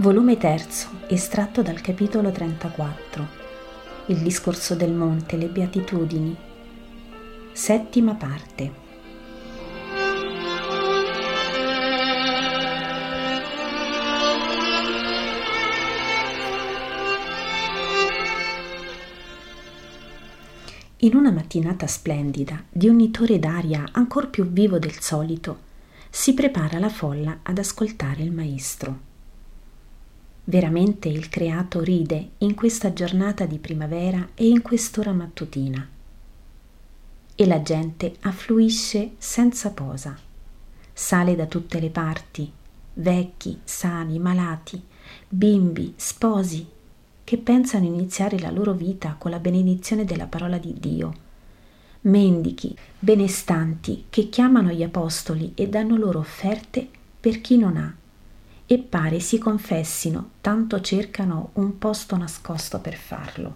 Volume 3, estratto dal capitolo 34. Il discorso del monte, le beatitudini. 7ª parte. In una mattinata splendida, di un nitore d'aria ancor più vivo del solito, si prepara la folla ad ascoltare il maestro. Veramente il creato ride in questa giornata di primavera e in quest'ora mattutina. E la gente affluisce senza posa. Sale da tutte le parti, vecchi, sani, malati, bimbi, sposi, che pensano iniziare la loro vita con la benedizione della parola di Dio. Mendichi, benestanti, che chiamano gli apostoli e danno loro offerte per chi non ha. E pare si confessino, tanto cercano un posto nascosto per farlo.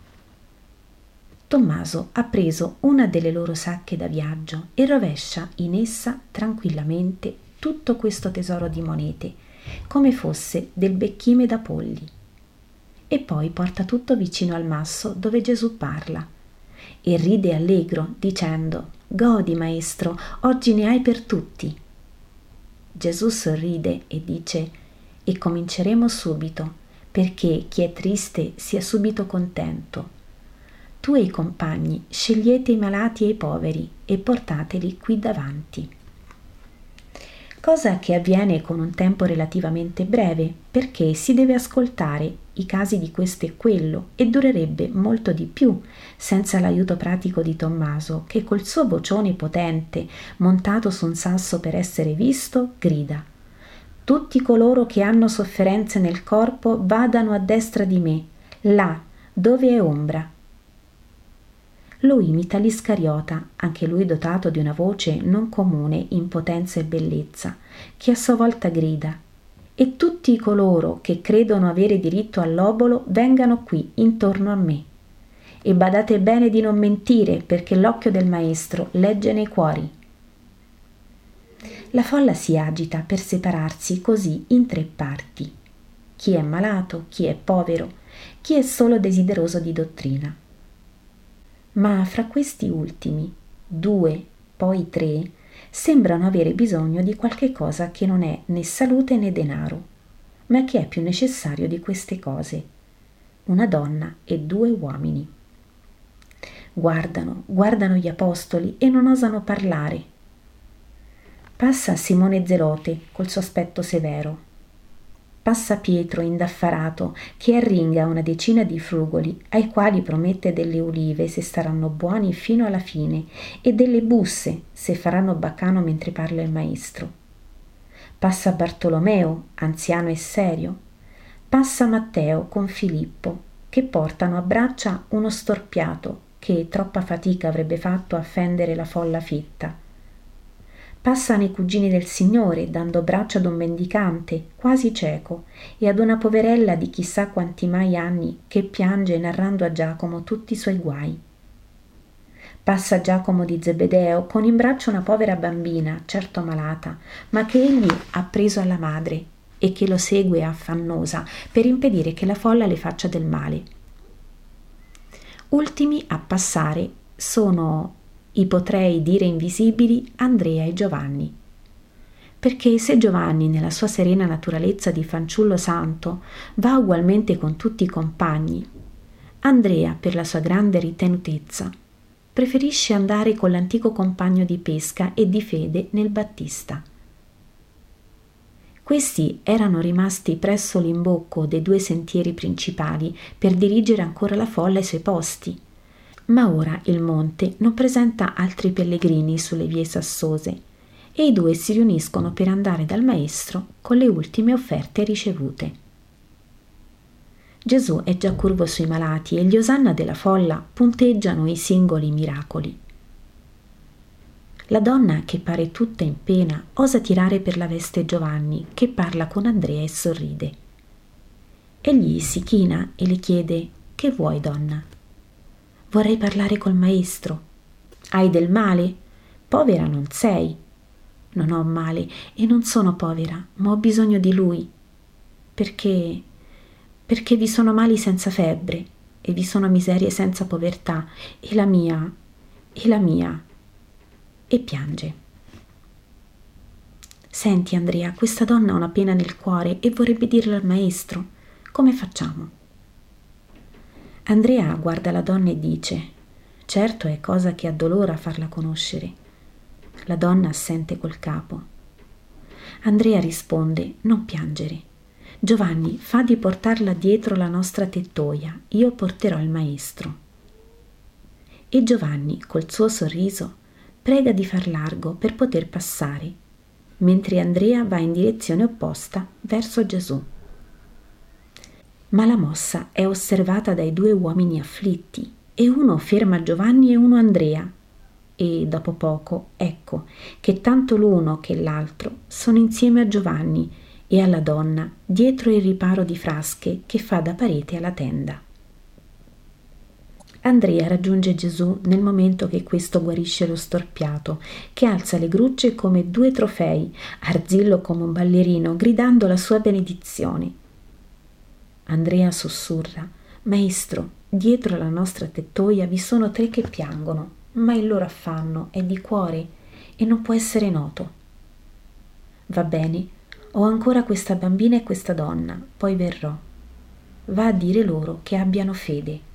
Tommaso ha preso una delle loro sacche da viaggio e rovescia in essa tranquillamente tutto questo tesoro di monete, come fosse del becchime da polli. E poi porta tutto vicino al masso dove Gesù parla e ride allegro dicendo: «Godi, maestro, oggi ne hai per tutti». Gesù sorride e dice: «E cominceremo subito, perché chi è triste sia subito contento. Tu e i compagni scegliete i malati e i poveri e portateli qui davanti». Cosa che avviene con un tempo relativamente breve, perché si deve ascoltare i casi di questo e quello, e durerebbe molto di più senza l'aiuto pratico di Tommaso, che col suo vocione potente, montato su un sasso per essere visto, grida: «Tutti coloro che hanno sofferenze nel corpo vadano a destra di me, là dove è ombra». Lo imita l'Iscariota, anche lui dotato di una voce non comune in potenza e bellezza, che a sua volta grida: «E tutti coloro che credono avere diritto all'obolo vengano qui intorno a me. E badate bene di non mentire, perché l'occhio del maestro legge nei cuori». La folla si agita per separarsi così in 3 parti: chi è malato, chi è povero, chi è solo desideroso di dottrina. Ma fra questi ultimi, 2, poi 3, sembrano avere bisogno di qualche cosa che non è né salute né denaro, ma che è più necessario di queste cose: una donna e 2 uomini. Guardano gli apostoli e non osano parlare. Passa Simone Zelote col suo aspetto severo. Passa Pietro indaffarato, che arringa una decina di frugoli, ai quali promette delle ulive se staranno buoni fino alla fine e delle busse se faranno baccano mentre parla il maestro. Passa Bartolomeo, anziano e serio. Passa Matteo con Filippo, che portano a braccia uno storpiato che troppa fatica avrebbe fatto a fendere la folla fitta. Passano i cugini del Signore, dando braccio ad un mendicante, quasi cieco, e ad una poverella di chissà quanti mai anni che piange narrando a Giacomo tutti i suoi guai. Passa Giacomo di Zebedeo con in braccio una povera bambina, certo malata, ma che egli ha preso alla madre e che lo segue affannosa per impedire che la folla le faccia del male. Ultimi a passare sono, i potrei dire invisibili, Andrea e Giovanni. Perché se Giovanni, nella sua serena naturalezza di fanciullo santo, va ugualmente con tutti i compagni, Andrea, per la sua grande ritenutezza, preferisce andare con l'antico compagno di pesca e di fede nel Battista. Questi erano rimasti presso l'imbocco dei 2 sentieri principali per dirigere ancora la folla ai suoi posti. Ma ora il monte non presenta altri pellegrini sulle vie sassose e i 2 si riuniscono per andare dal maestro con le ultime offerte ricevute. Gesù è già curvo sui malati e gli osanna della folla punteggiano i singoli miracoli. La donna, che pare tutta in pena, osa tirare per la veste Giovanni, che parla con Andrea e sorride. Egli si china e le chiede: «Che vuoi, donna?» «Vorrei parlare col maestro». «Hai del male? Povera non sei». «Non ho male e non sono povera, ma ho bisogno di lui». perché vi sono mali senza febbre, e vi sono miserie senza povertà, e la mia, e piange. Senti, Andrea, questa donna ha una pena nel cuore e vorrebbe dirlo al maestro. Come facciamo? Andrea guarda la donna e dice: certo, è cosa che addolora farla conoscere. La donna assente col capo. Andrea risponde: non piangere. Giovanni, fa di portarla dietro la nostra tettoia, io porterò il maestro. E Giovanni, col suo sorriso, prega di far largo per poter passare, mentre Andrea va in direzione opposta verso Gesù. Ma la mossa è osservata dai due uomini afflitti, e uno ferma Giovanni e uno Andrea, e dopo poco ecco che tanto l'uno che l'altro sono insieme a Giovanni e alla donna dietro il riparo di frasche che fa da parete alla tenda. Andrea raggiunge Gesù nel momento che questo guarisce lo storpiato, che alza le grucce come due trofei, arzillo come un ballerino, gridando la sua benedizione. Andrea sussurra: Maestro, dietro la nostra tettoia vi sono 3 che piangono, ma il loro affanno è di cuore e non può essere noto. Va bene, ho ancora questa bambina e questa donna, poi verrò. Va a dire loro che abbiano fede.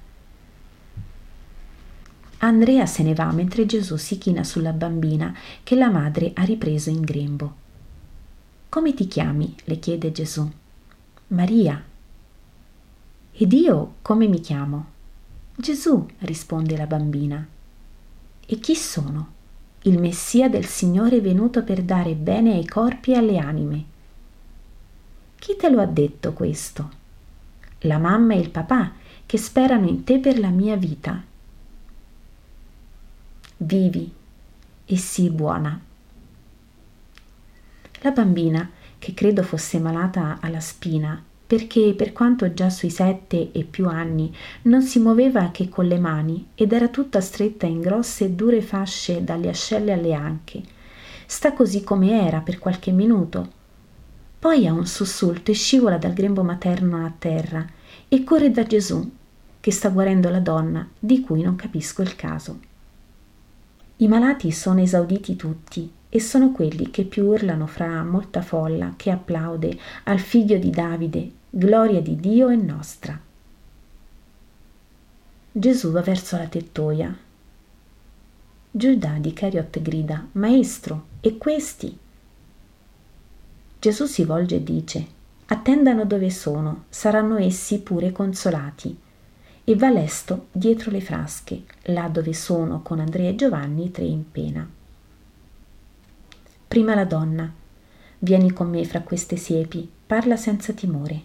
Andrea se ne va mentre Gesù si china sulla bambina che la madre ha ripreso in grembo. Come ti chiami? Le chiede Gesù. Maria. Ed io come mi chiamo? Gesù, risponde la bambina. E chi sono? Il Messia del Signore venuto per dare bene ai corpi e alle anime. Chi te lo ha detto questo? La mamma e il papà che sperano in te per la mia vita. Vivi e sii buona. La bambina, che credo fosse malata alla spina, perché per quanto già sui 7 e più anni non si muoveva che con le mani ed era tutta stretta in grosse e dure fasce dalle ascelle alle anche, sta così come era per qualche minuto. Poi ha un sussulto e scivola dal grembo materno a terra e corre da Gesù, che sta guarendo la donna, di cui non capisco il caso. I malati sono esauditi tutti e sono quelli che più urlano fra molta folla che applaude al figlio di Davide, gloria di Dio e nostra. Gesù va verso la tettoia. Giuda di Cariot grida: Maestro, e questi? Gesù si volge e dice: attendano dove sono, saranno essi pure consolati. E va lesto dietro le frasche, là dove sono con Andrea e Giovanni 3 in pena. Prima la donna: vieni con me fra queste siepi, parla senza timore.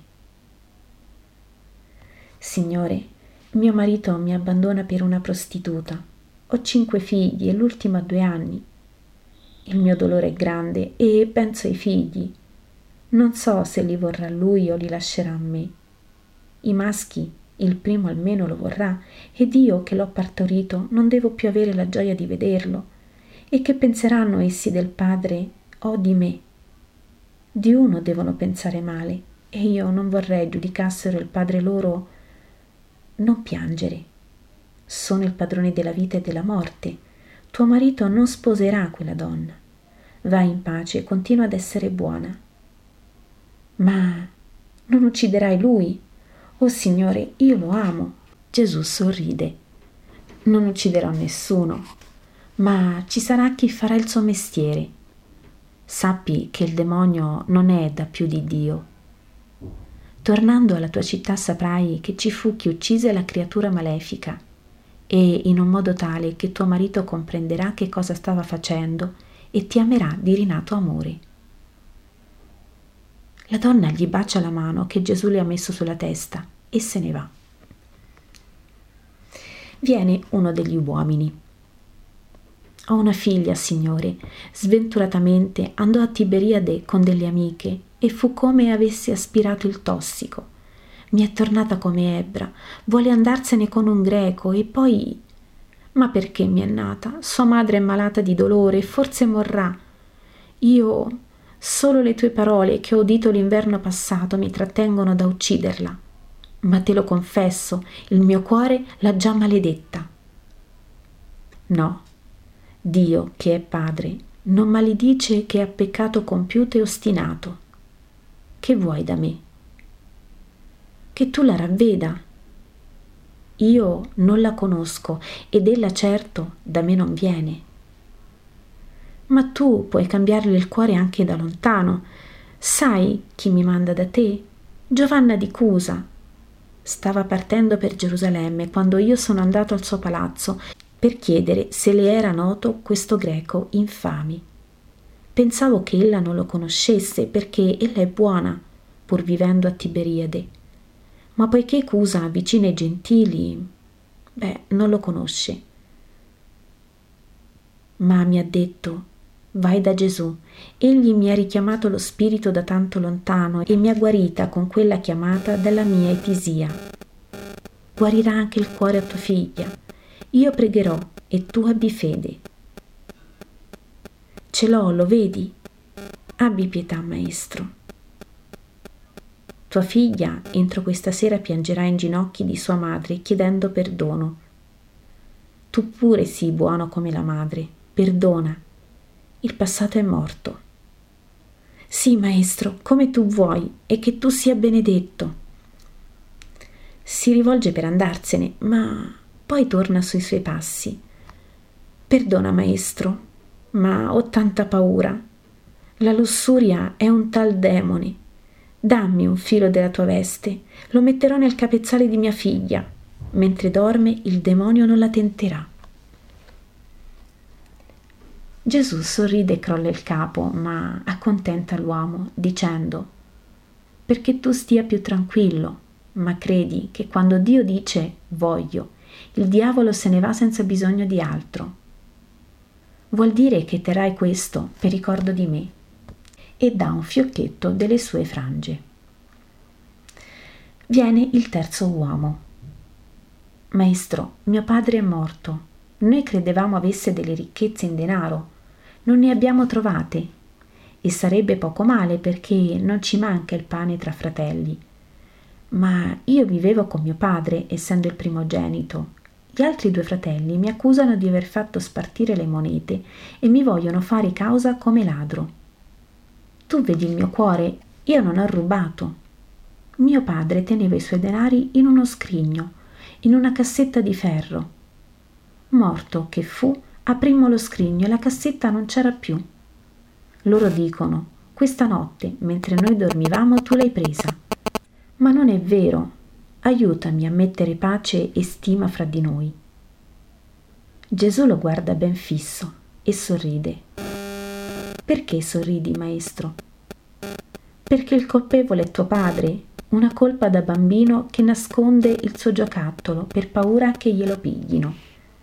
Signore, mio marito mi abbandona per una prostituta. Ho 5 figli e l'ultimo ha 2 anni. Il mio dolore è grande e penso ai figli. Non so se li vorrà lui o li lascerà a me. I maschi, il primo almeno lo vorrà, ed io che l'ho partorito non devo più avere la gioia di vederlo. E che penseranno essi del padre o di me? Di uno devono pensare male, e io non vorrei giudicassero il padre loro. Non piangere. Sono il padrone della vita e della morte. Tuo marito non sposerà quella donna. Vai in pace e continua ad essere buona. Ma non ucciderai lui? Oh Signore, io lo amo. Gesù sorride. Non ucciderò nessuno, ma ci sarà chi farà il suo mestiere. Sappi che il demonio non è da più di Dio. Tornando alla tua città saprai che ci fu chi uccise la creatura malefica, e in un modo tale che tuo marito comprenderà che cosa stava facendo e ti amerà di rinato amore. La donna gli bacia la mano che Gesù le ha messo sulla testa e se ne va. Viene uno degli uomini. Ho una figlia, Signore. Sventuratamente andò a Tiberiade con delle amiche e fu come avesse aspirato il tossico. Mi è tornata come ebbra, vuole andarsene con un greco e poi... Ma perché mi è nata? Sua madre è malata di dolore e forse morrà. Io Solo le tue parole che ho udito l'inverno passato mi trattengono da ucciderla. Ma te lo confesso, il mio cuore l'ha già maledetta. No, Dio, che è Padre, non maledice che ha peccato compiuto e ostinato. Che vuoi da me? Che tu la ravveda. Io non la conosco ed ella certo da me non viene. Ma tu puoi cambiarle il cuore anche da lontano. Sai chi mi manda da te? Giovanna di Cusa. Stava partendo per Gerusalemme quando io sono andato al suo palazzo per chiedere se le era noto questo greco infami. Pensavo che ella non lo conoscesse perché ella è buona, pur vivendo a Tiberiade. Ma poiché Cusa avvicina i gentili, non lo conosce. Ma mi ha detto: vai da Gesù, egli mi ha richiamato lo spirito da tanto lontano e mi ha guarita con quella chiamata dalla mia etisia. Guarirà anche il cuore a tua figlia. Io pregherò e tu abbi fede. Ce l'ho, lo vedi? Abbi pietà, maestro. Tua figlia entro questa sera piangerà in ginocchi di sua madre chiedendo perdono. Tu pure sii buono come la madre, perdona. Il passato è morto. Sì, maestro, come tu vuoi, e che tu sia benedetto. Si rivolge per andarsene, ma poi torna sui suoi passi. Perdona, maestro, ma ho tanta paura. La lussuria è un tal demone. Dammi un filo della tua veste, lo metterò nel capezzale di mia figlia. Mentre dorme, il demonio non la tenterà. Gesù sorride e crolla il capo, ma accontenta l'uomo, dicendo: perché tu stia più tranquillo, ma credi che quando Dio dice voglio, il diavolo se ne va senza bisogno di altro. Vuol dire che terrai questo per ricordo di me. E dà un fiocchetto delle sue frange. Viene il terzo uomo. Maestro, mio padre è morto. Noi credevamo avesse delle ricchezze in denaro. Non ne abbiamo trovate. E sarebbe poco male perché non ci manca il pane tra fratelli. Ma io vivevo con mio padre, essendo il primogenito. Gli altri 2 fratelli mi accusano di aver fatto spartire le monete e mi vogliono fare causa come ladro. Tu vedi il mio cuore, io non ho rubato. Mio padre teneva i suoi denari in uno scrigno, in una cassetta di ferro. Morto che fu, aprimmo lo scrigno e la cassetta non c'era più. Loro dicono: questa notte, mentre noi dormivamo, tu l'hai presa. Ma non è vero. Aiutami a mettere pace e stima fra di noi. Gesù lo guarda ben fisso e sorride. Perché sorridi, maestro? Perché il colpevole è tuo padre, una colpa da bambino che nasconde il suo giocattolo per paura che glielo piglino.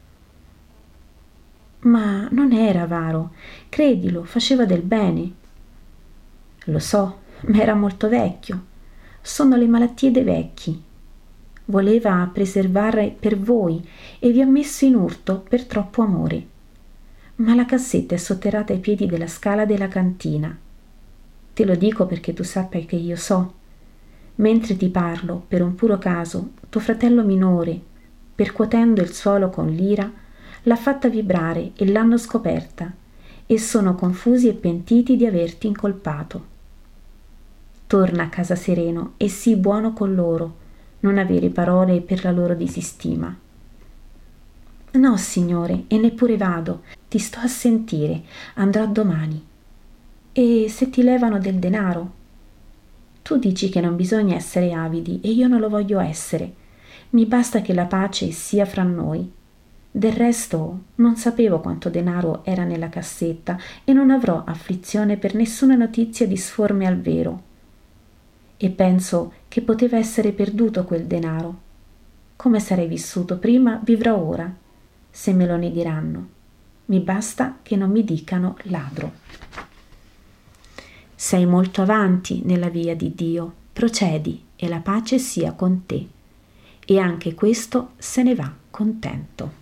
Ma non era avaro, credilo, faceva del bene. Lo so, ma era molto vecchio. Sono le malattie dei vecchi. Voleva preservare per voi e vi ha messo in urto per troppo amore. Ma la cassetta è sotterrata ai piedi della scala della cantina. Te lo dico perché tu sappia che io so. Mentre ti parlo, per un puro caso, tuo fratello minore, percuotendo il suolo con l'ira, l'ha fatta vibrare e l'hanno scoperta, e sono confusi e pentiti di averti incolpato. Torna a casa sereno e sii buono con loro, non avere parole per la loro disistima. No, signore, e neppure vado, ti sto a sentire, andrò domani. E se ti levano del denaro? Tu dici che non bisogna essere avidi e io non lo voglio essere. Mi basta che la pace sia fra noi. Del resto non sapevo quanto denaro era nella cassetta e non avrò afflizione per nessuna notizia disforme al vero. E penso che poteva essere perduto quel denaro. Come sarei vissuto prima, vivrò ora, se me lo negheranno. Mi basta che non mi dicano ladro. Sei molto avanti nella via di Dio, procedi e la pace sia con te. E anche questo se ne va contento.